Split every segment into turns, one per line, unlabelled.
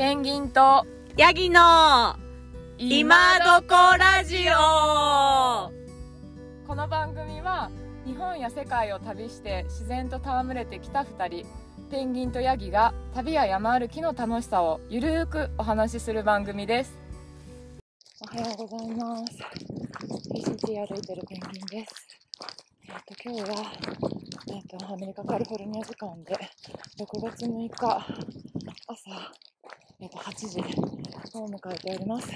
ペンギンと
ヤギの今どこラジオ。
この番組は日本や世界を旅して自然と戯れてきた2人ペンギンとヤギが旅や山歩きの楽しさをゆるーくお話しする番組です。おはようございます。一日歩いてるペンギンです。今日は、アメリカカリフォルニア時間で6月6日朝、8時を迎えております。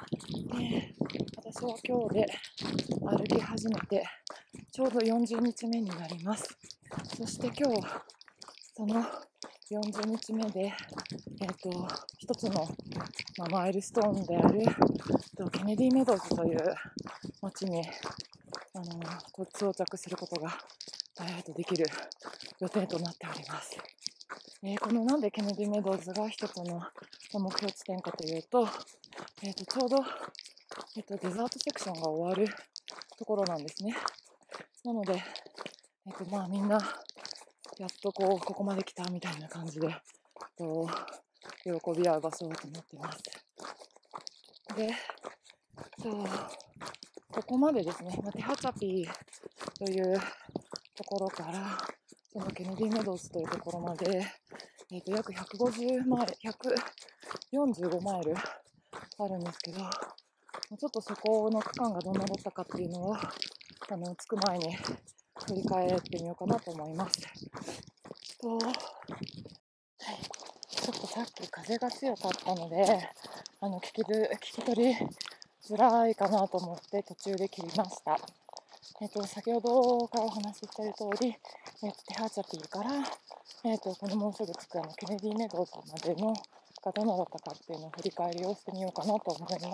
私は今日で歩き始めてちょうど40日目になります。そして今日その40日目で、一つの、マイルストーンであるケネディメドウズという町に到着することが、できる予定となっております。このなんでケネディメドウズが一つの目標地点かというと、ちょうど、デザートセクションが終わるところなんですね。なので、みんなやっとここまで来たみたいな感じで喜び合う場所となっています。で、ここまでですね、テハチャピーというところからそのケネディメドウズというところまで、約145マイルあるんですけど、ちょっとそこの区間がどんなだったかっていうのを着く前に振り返ってみようかなと思います。ちょっとさっき風が強かったので聞き取りづらいかなと思って途中で切りました。先ほどからお話ししている通り、テハチャピーから、このもうすぐ着くケネディメドウズまでのがどんなだったかっていうのを振り返りをしてみようかなと思います。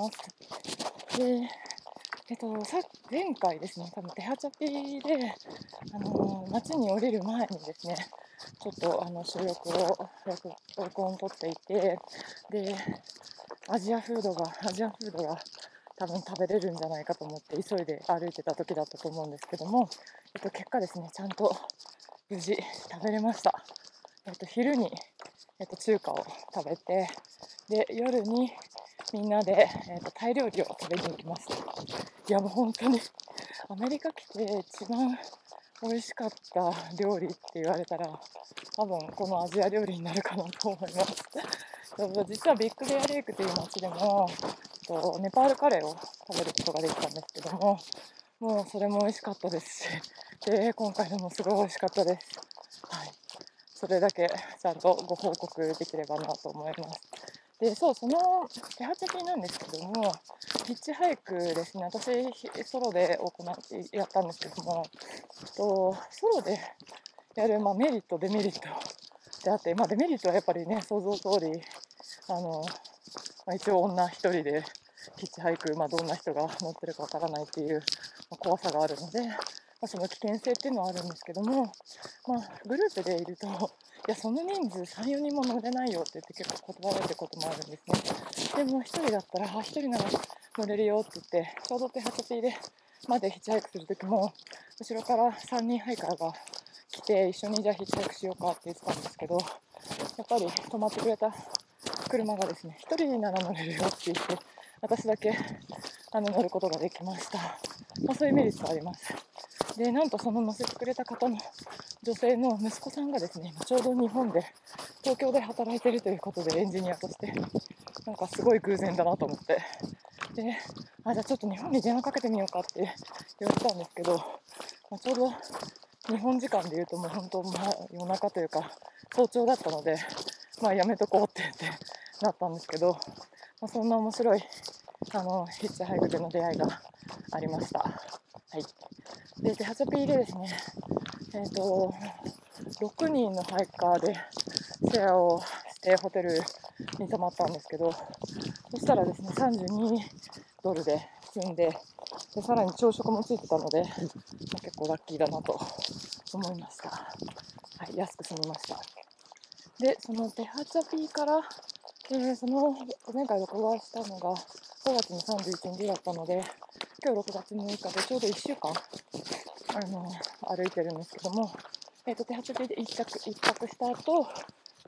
で、前回ですね、多分テハチャピーで、街に降りる前にですね、ちょっと収録音を取っていて、で、アジアフードが多分食べれるんじゃないかと思って急いで歩いてた時だったと思うんですけども、結果ですね、ちゃんと無事食べれました。昼に、中華を食べて、で夜にみんなで、タイ料理を食べに行きました。いやもう本当にアメリカ来て一番美味しかった料理って言われたら多分このアジア料理になるかなと思います。実はビッグベアレイクという街でもネパールカレーを食べることができたんですけども、もうそれも美味しかったですし、で今回のもすごい美味しかったです。はい、それだけちゃんとご報告できればなと思います。で、そのテハチャピーなんですけども、ヒッチハイクですね、私ソロでやったんですけども、ソロでやる、メリットデメリットであって、デメリットはやっぱりね、想像通り一応女一人でヒッチハイク、どんな人が乗ってるかわからないっていう、怖さがあるので、その危険性っていうのはあるんですけども、グループでいると、いやその人数 3,4 人も乗れないよって言って結構断られることもあるんですね。でも1人だったら1人なら乗れるよって言って、ちょうどテハチャピーでまでヒッチハイクするときも後ろから3人ハイカーが来て一緒にじゃあヒッチハイクしようかって言ってたんですけど、やっぱり止まってくれた車がですね、1人なら乗れるよって言って私だけ乗ることができました。そういうメリットがあります。で、なんとその乗せてくれた方の女性の息子さんがですね、ちょうど日本で東京で働いているということでエンジニアとしてなんかすごい偶然だなと思って、で、じゃあちょっと日本に電話かけてみようかって言われたんですけど、ちょうど日本時間でいうともう本当、夜中というか早朝だったので、やめとこうって言ってなったんですけど、そんな面白いヒッチハイクでの出会いがありました。はい。で、テハチャピーでですね、6人のハイカーでシェアをしてホテルに泊まったんですけど、そしたらですね、$32で済んで、さらに朝食もついてたので、結構ラッキーだなと思いました。はい、安く済みました。で、そのテハチャピーから、その前回録画したのが5月の31日だったので、今日6月6日でちょうど1週間歩いてるんですけども、テハチャピーで一泊した後、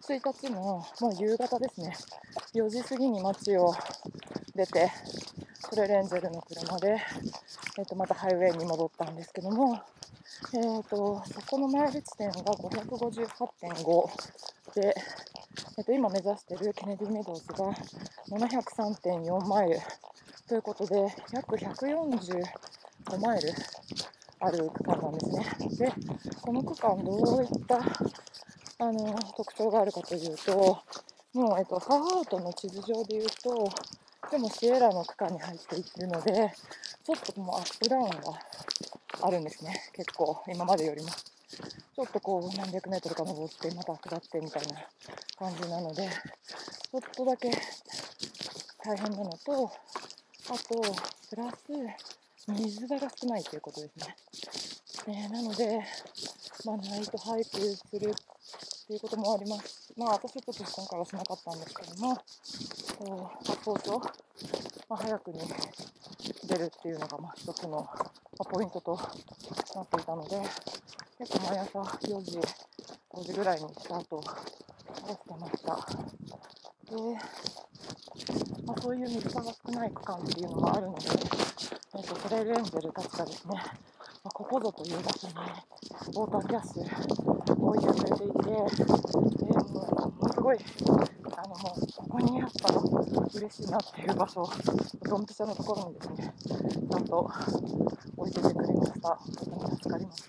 1日のもう夕方ですね、4時過ぎに街を出て、トレレンジェルの車で、またハイウェイに戻ったんですけども、そこのマイル地点が558.5で、今目指しているケネディメドウズが 703.4 マイルということで、約145マイルある区間なんですね。で、この区間どういった特徴があるかというと、もう、ファーアウトの地図上でいうと、でもシエラの区間に入っていっているので、ちょっともうアップダウンがあるんですね。結構今までよりもちょっとこう何百メートルか登ってまた下ってみたいな感じなので、ちょっとだけ大変なのと、あとプラス水場が少ないということですね。なので、ナイトハイクするっていうこともあります。私はちょっと今回はしなかったんですけども、早朝、早くに出るっていうのが一つの、ポイントとなっていたので、結構毎朝4時、5時ぐらいにスタートをしてました。で、そういう水場が少ない区間っていうのもあるので、トレイルエンジェルたちがですね、ここぞという場所にウォーターキャッシュを置いてくれていて、ものすごいもうここにあったら嬉しいなっていう場所、ドンピシャのところにですね、ちゃんと置いててくれました。とても助かりました。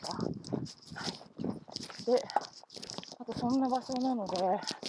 で、あとそんな場所なので、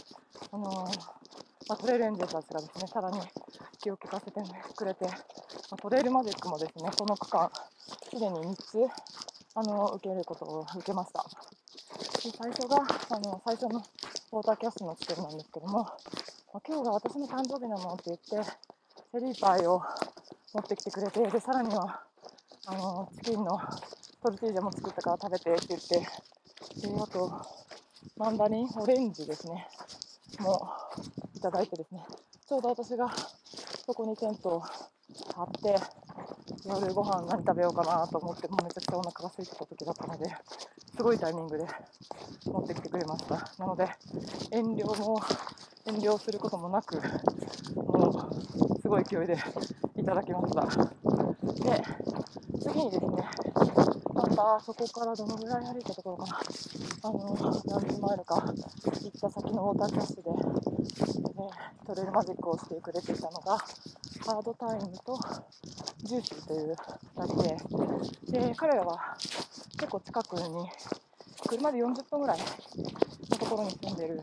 トレイルエンジェルたちがですね、さらに気を利かせてくれて、トレイルマジックもですね、この区間すでに3つ受けることを受けました。で、最初が最初のウォーターキャッシュの地点なんですけども、今日が私の誕生日なのって言ってチェリーパイを持ってきてくれて、でさらにはチキンのトルティージャも作ったから食べてって言って、であとマンダリンオレンジですねもういただいてですね、ちょうど私がそこにテントを張って夜ご飯何食べようかなと思って、もうめちゃくちゃお腹が空いてた時だったので、すごいタイミングで持ってきてくれました。なので遠慮することもなく、もうすごい勢いでいただきました。で、次にですね、またそこからどのぐらい歩いたところかな、何十マイルか行った先のウォーターキャッシュで、トレイルマジックをしてくれていたのがハードタイムとジューシーという2人で、彼らは結構近くに車で40分ぐらいのところに住んでいる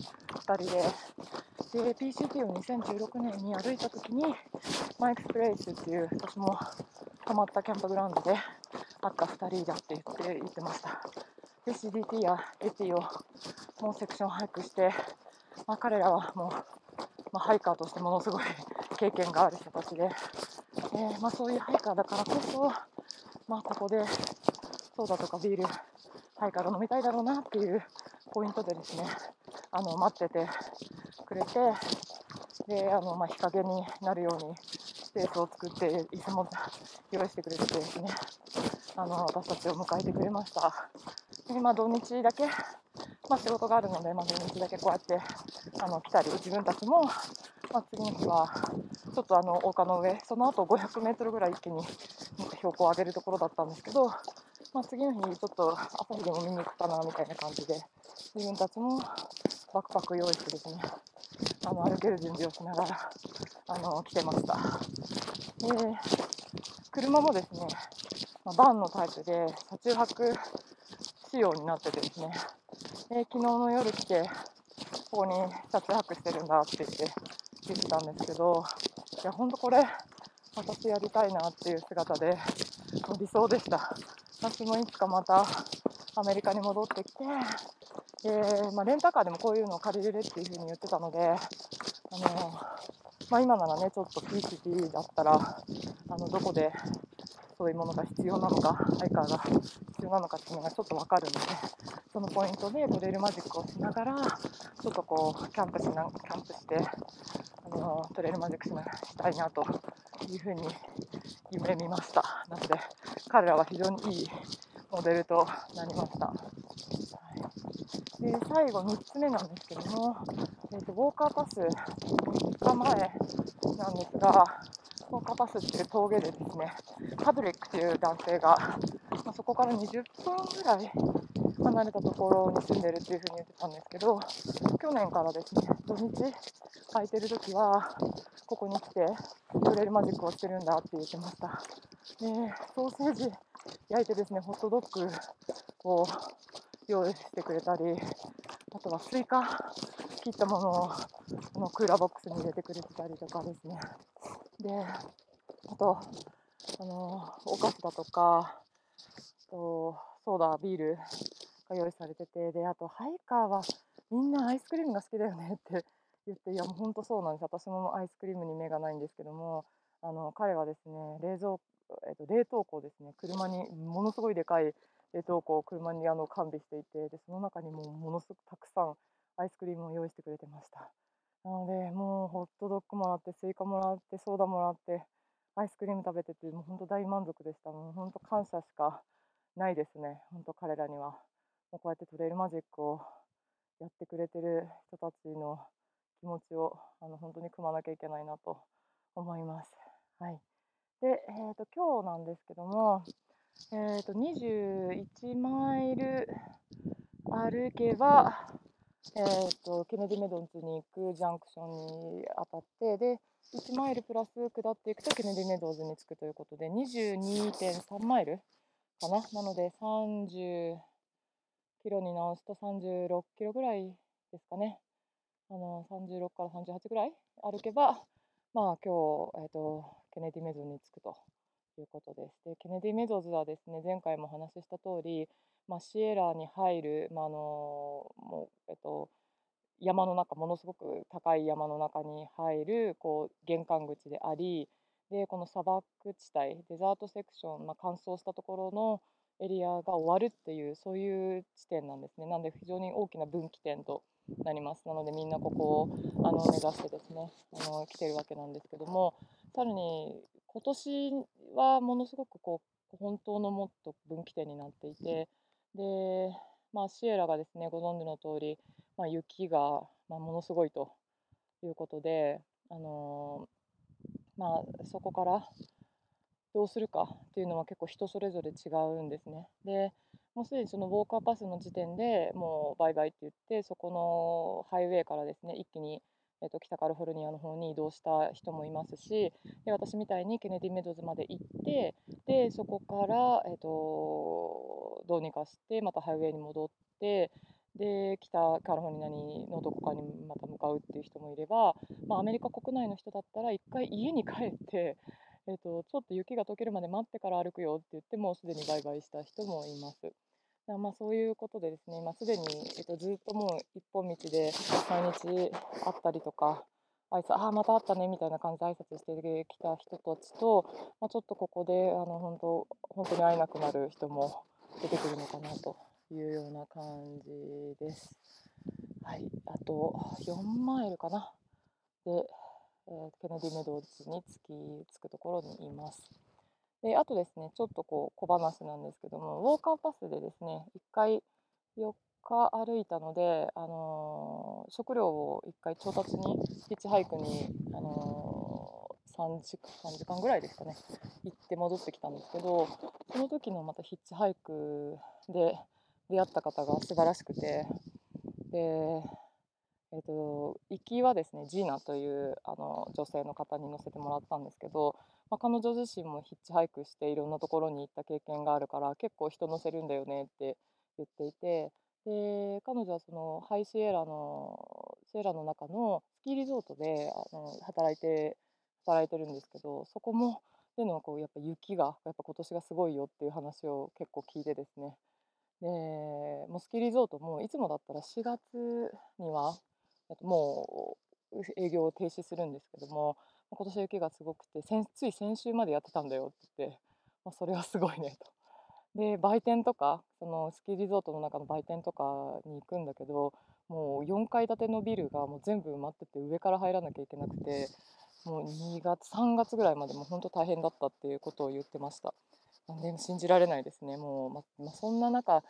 2人で、PCT を2016年に歩いた時にマイクスプレイスっていう私も泊まったキャンプグラウンドで会った2人だって言ってました。で CDT や AT をもうセクションハイクして、彼らはもう、ハイカーとしてものすごい経験がある人たちで、そういうハイカーだからこそ、ここでソーダとかビールハイカーが飲みたいだろうなっていうポイントでですね、待っててくれて、で日陰になるようにスペースを作って椅子も用意してくれててですね、私たちを迎えてくれました。で、土日だけ、仕事があるので、土日だけこうやって来たり、自分たちも、次の日はちょっと丘の上、その後500メートルぐらい一気に標高を上げるところだったんですけど、次の日ちょっと朝日でも見に行くかなみたいな感じで、自分たちもバックパック用意してですね、歩ける準備をしながら来てました。車もですね、バンのタイプで車中泊仕様になっててですね、昨日の夜来てここに車中泊してるんだって言ってたんですけど、いや本当これ私やりたいなっていう姿で理想でした。私もいつかまたアメリカに戻ってきて、レンタカーでもこういうのを借りれるっていう風に言ってたので、今ならねちょっと PCT だったらどこでそういうものが必要なのか、ハイカーが必要なのかっていうのがちょっと分かるので、そのポイントでトレイルマジックをしながらちょっとこうキャンプしてトレイルマジックしたいなというふうに夢見ました。なので彼らは非常にいいモデルとなりました。 で最後3つ目なんですけども、ウォーカーパス3日前なんですが、ウォーカーパスっていう峠でですね、パドリックという男性が、そこから20分ぐらい離れたところに住んでるっていうふうに言ってたんですけど、去年からですね、土日空いてる時はここに来てトレイルマジックをしてるんだって言ってました。で、ソーセージ焼いてですね、ホットドッグを用意してくれたり、あとはスイカ切ったものをクーラーボックスに入れてくれてたりとかですね。で、あとお菓子だとか、ソーダ、ビールが用意されてて、で、あとハイカーはみんなアイスクリームが好きだよねって言って、いやもう本当そうなんです。私もアイスクリームに目がないんですけども、彼はですね、冷凍庫ですね、車にものすごいでかい冷凍庫を車に完備していて、でその中にものすごくたくさんアイスクリームを用意してくれてました。なので、もうホットドッグもらって、スイカもらって、ソーダもらって、アイスクリーム食べてて、もう本当大満足でした。もう本当感謝しかないですね、本当彼らには。もうこうやってトレイルマジックをやってくれてる人たちの気持ちを本当に汲まなきゃいけないなと思います。はい。で、今日なんですけども、21マイル歩けば、ケネディメドンズに行くジャンクションに当たって、で、1マイルプラス下っていくとケネディメドウズに着くということで、22.3マイルかな。なので、30キロに直すと36キロぐらいですかね。36から38ぐらい歩けば、まあ、今日、ケネディメドウズに着くということです。で、ケネディメドウズはですね、前回もお話しした通り、シエラに入る、もう、山の中、ものすごく高い山の中に入る玄関口であり、でこの砂漠地帯、デザートセクション、乾燥したところのエリアが終わるっていう、そういう地点なんですね。なので非常に大きな分岐点となります。なのでみんなここを目指してですね、来てるわけなんですけども、さらに今年はものすごく本当のもっと分岐点になっていて、で、シエラがですね、ご存知の通り、雪が、ものすごいということで、そこからどうするかっていうのは結構人それぞれ違うんですね。で、もうすでにそのウォーカーパスの時点でもうバイバイって言って、そこのハイウェイからですね、一気に、北カリフォルニアの方に移動した人もいますし、で私みたいにケネディメドウズまで行って、でそこから、どうにかしてまたハイウェイに戻って、で北カリフォルニアのどこかにまた向かうっていう人もいれば、アメリカ国内の人だったら一回家に帰ってちょっと雪が溶けるまで待ってから歩くよって言ってもうすでにバイバイした人もいます。そういうことでですね、すでに、ずっともう一本道で毎日会ったりとか、また会ったねみたいな感じで挨拶してきた人たちと、ちょっとここで本当に会えなくなる人も出てくるのかなというような感じです。はい、あと4マイルかな。で、ケネディメドウズに着くところにいます。で、あとですね、ちょっと小話なんですけども、ウォーカーパスでですね、1回4日歩いたので、食料を1回調達に、ヒッチハイクに、3時間ぐらいですかね、行って戻ってきたんですけど、その時のまたヒッチハイクで出会った方が素晴らしくて、で、行きはですね、ジーナという女性の方に乗せてもらったんですけど、彼女自身もヒッチハイクしていろんなところに行った経験があるから結構人乗せるんだよねって言っていて、で彼女はそのハイシエラの中のスキーリゾートで働いてるんですけど、そこもでのやっぱ雪がやっぱ今年がすごいよっていう話を結構聞いてですね、でもうスキーリゾートもいつもだったら4月にはもう営業を停止するんですけども、今年雪がすごくてつい先週までやってたんだよって言って、それはすごいねと。で売店とかそのスキーリゾートの中の売店とかに行くんだけど、もう4階建てのビルがもう全部埋まってて上から入らなきゃいけなくて、もう2月3月ぐらいまでも本当大変だったっていうことを言ってました。でも信じられないですね。もう、そんな中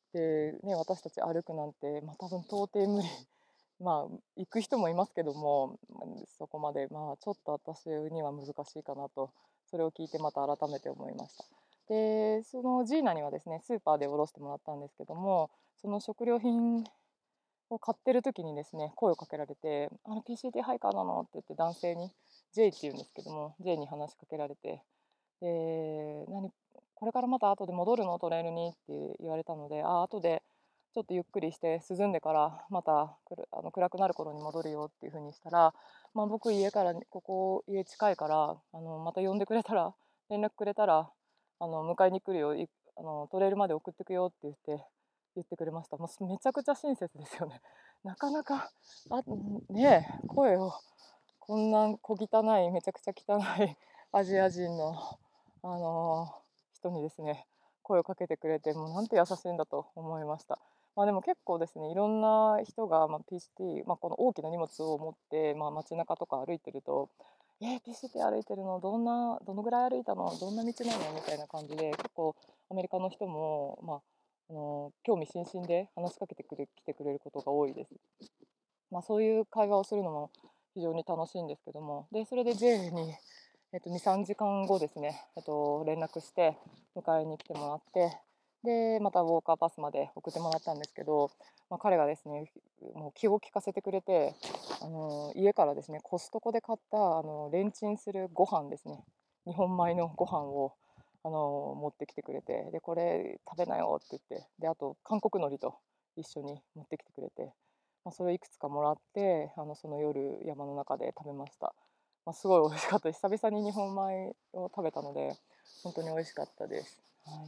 で、ね、私たち歩くなんて、多分到底無理行く人もいますけども、そこまで、ちょっと私には難しいかなと、それを聞いてまた改めて思いました。で、そのジーナにはですね、スーパーで卸してもらったんですけども、その食料品を買ってる時にですね、声をかけられて、PCT ハイカーなのって言って男性に、J って言うんですけども、J に話しかけられて、で、これからまた後で戻るのトレイルにって言われたので、後でちょっとゆっくりして涼んでからまた暗くなる頃に戻るよっていう風にしたら、僕家からここ家近いからまた呼んでくれたら連絡くれたら迎えに来るよトレイルまで送ってくよって言ってくれました。もうめちゃくちゃ親切ですよね。なかなかねえ声をこんな小汚いめちゃくちゃ汚いアジア人の人にですね、声をかけてくれて、もうなんて優しいんだと思いました。でも結構ですね、いろんな人が、PCT、この大きな荷物を持って、街中とか歩いてると、PCT 歩いてるのどのぐらい歩いたのどんな道なのみたいな感じで、結構アメリカの人も、興味津々で話しかけて来てくれることが多いです。そういう会話をするのも非常に楽しいんですけども、でそれで J に、2、3時間後ですね、連絡して迎えに来てもらって、でまたウォーカーパスまで送ってもらったんですけど、彼がですねもう気を利かせてくれて、家からですねコストコで買ったレンチンするご飯ですね、日本米のご飯を持ってきてくれて、でこれ食べなよって言って、であと韓国海苔と一緒に持ってきてくれて、それをいくつかもらってその夜山の中で食べました。すごい美味しかったです。久々に日本米を食べたので本当に美味しかったです。はい。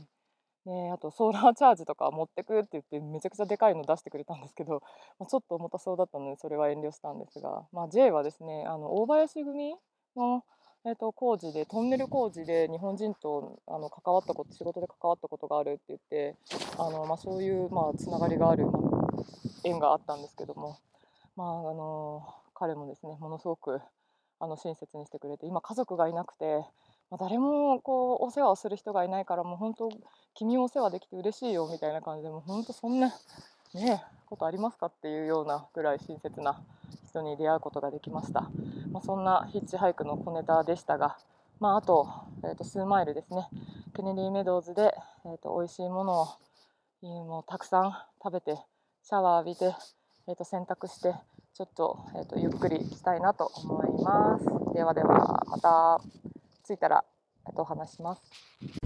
あとソーラーチャージとか持ってくって言ってめちゃくちゃでかいの出してくれたんですけど、ちょっと重たそうだったのでそれは遠慮したんですが、J はですね大林組の、工事でトンネル工事で日本人と関わったこと仕事で関わったことがあるって言ってそういう、つながりがある、縁があったんですけども、彼もですねものすごく親切にしてくれて、今家族がいなくて、誰もこうお世話をする人がいないから、もう本当君をお世話できて嬉しいよみたいな感じで、もう本当そんなねことありますかっていうようなぐらい親切な人に出会うことができました。そんなヒッチハイクの小ネタでしたが、あと、数マイルですね、ケネディメドウズで、美味しいものをもうたくさん食べてシャワー浴びて、洗濯してちょっと、ゆっくりしたいなと思います。ではではまた着いたら、お話します。